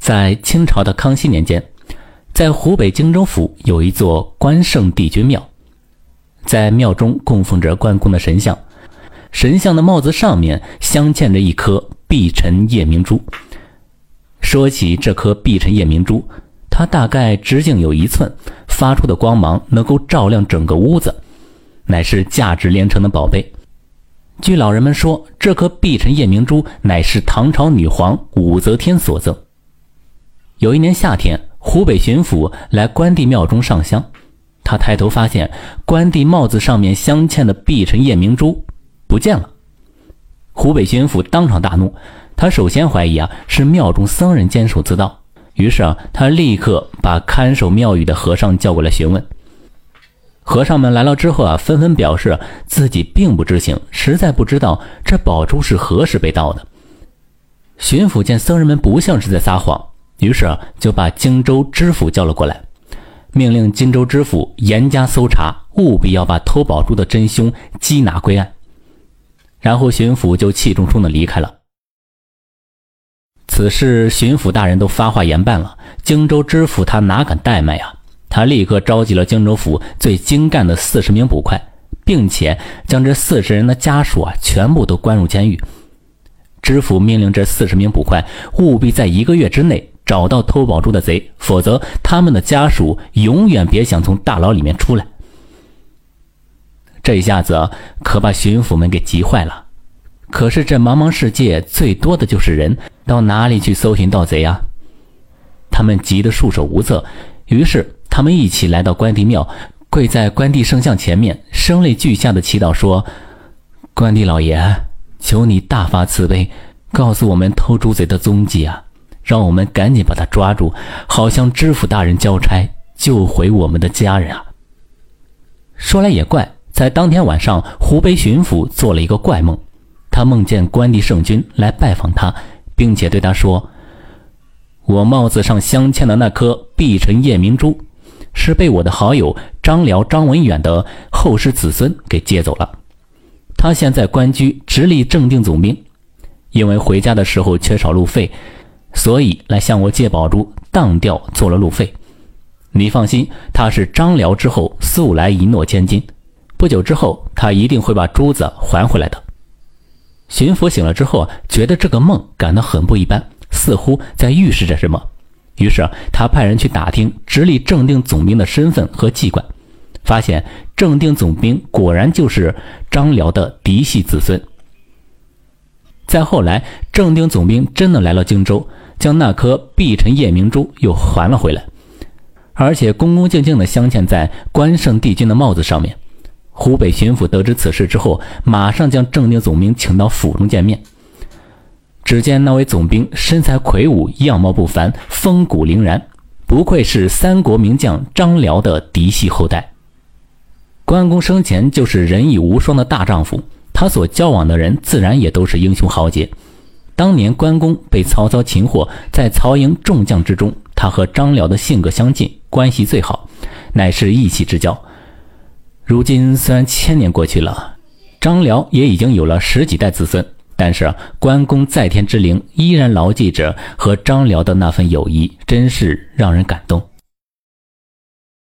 在清朝的康熙年间，在湖北荆州府有一座关圣帝君庙，在庙中供奉着关公的神像，神像的帽子上面镶嵌着一颗碧晨夜明珠。说起这颗碧晨夜明珠，它大概直径有1寸，发出的光芒能够照亮整个屋子，乃是价值连城的宝贝。据老人们说，这颗碧晨夜明珠乃是唐朝女皇武则天所赠。有一年夏天，湖北巡抚来关帝庙中上香，他抬头发现关帝帽子上面镶嵌的碧晨夜明珠不见了。湖北巡抚当场大怒，他首先怀疑是庙中僧人监守自盗，于是他立刻把看守庙宇的和尚叫过来询问。和尚们来了之后纷纷表示自己并不知情，实在不知道这宝珠是何时被盗的。巡抚见僧人们不像是在撒谎，于是就把荆州知府叫了过来，命令荆州知府严加搜查，务必要把偷宝珠的真凶缉拿归案。然后巡抚就气冲冲地离开了。此事巡抚大人都发话严办了，荆州知府他哪敢怠慢呀？他立刻召集了荆州府最精干的40名捕快，并且将这40人的家属全部都关入监狱。知府命令这40名捕快务必在1个月之内找到偷宝珠的贼，否则他们的家属永远别想从大牢里面出来。这一下子可把巡抚们给急坏了。可是这茫茫世界最多的就是人，到哪里去搜寻盗贼啊？他们急得束手无策，于是他们一起来到关帝庙，跪在关帝圣像前面，声泪俱下的祈祷说：关帝老爷，求你大发慈悲，告诉我们偷珠贼的踪迹啊，让我们赶紧把他抓住，好向知府大人交差，救回我们的家人啊。说来也怪，在当天晚上，湖北巡抚做了一个怪梦，他梦见关帝圣君来拜访他，并且对他说：我帽子上镶嵌的那颗碧晨夜明珠是被我的好友张辽张文远的后世子孙给接走了，他现在官居直隶正定总兵，因为回家的时候缺少路费，所以来向我借宝珠当调做了路费。你放心，他是张辽之后素来一诺千金，不久之后他一定会把珠子还回来的。巡抚醒了之后觉得这个梦感到很不一般，似乎在预示着什么，于是他派人去打听直隶正定总兵的身份和籍贯，发现正定总兵果然就是张辽的嫡系子孙。再后来，正定总兵真的来了荆州，将那颗碧晨夜明珠又还了回来，而且恭恭敬敬地镶嵌在关圣帝君的帽子上面。湖北巡抚得知此事之后，马上将正定总兵请到府中见面。只见那位总兵身材魁梧，样貌不凡，风骨凛然，不愧是三国名将张辽的嫡系后代。关公生前就是仁义无双的大丈夫，他所交往的人自然也都是英雄豪杰。当年关公被曹操擒获，在曹营众将之中，他和张辽的性格相近，关系最好，乃是义气之交。如今虽然1000年过去了，张辽也已经有了10几代子孙，但是关公在天之灵依然牢记着和张辽的那份友谊，真是让人感动。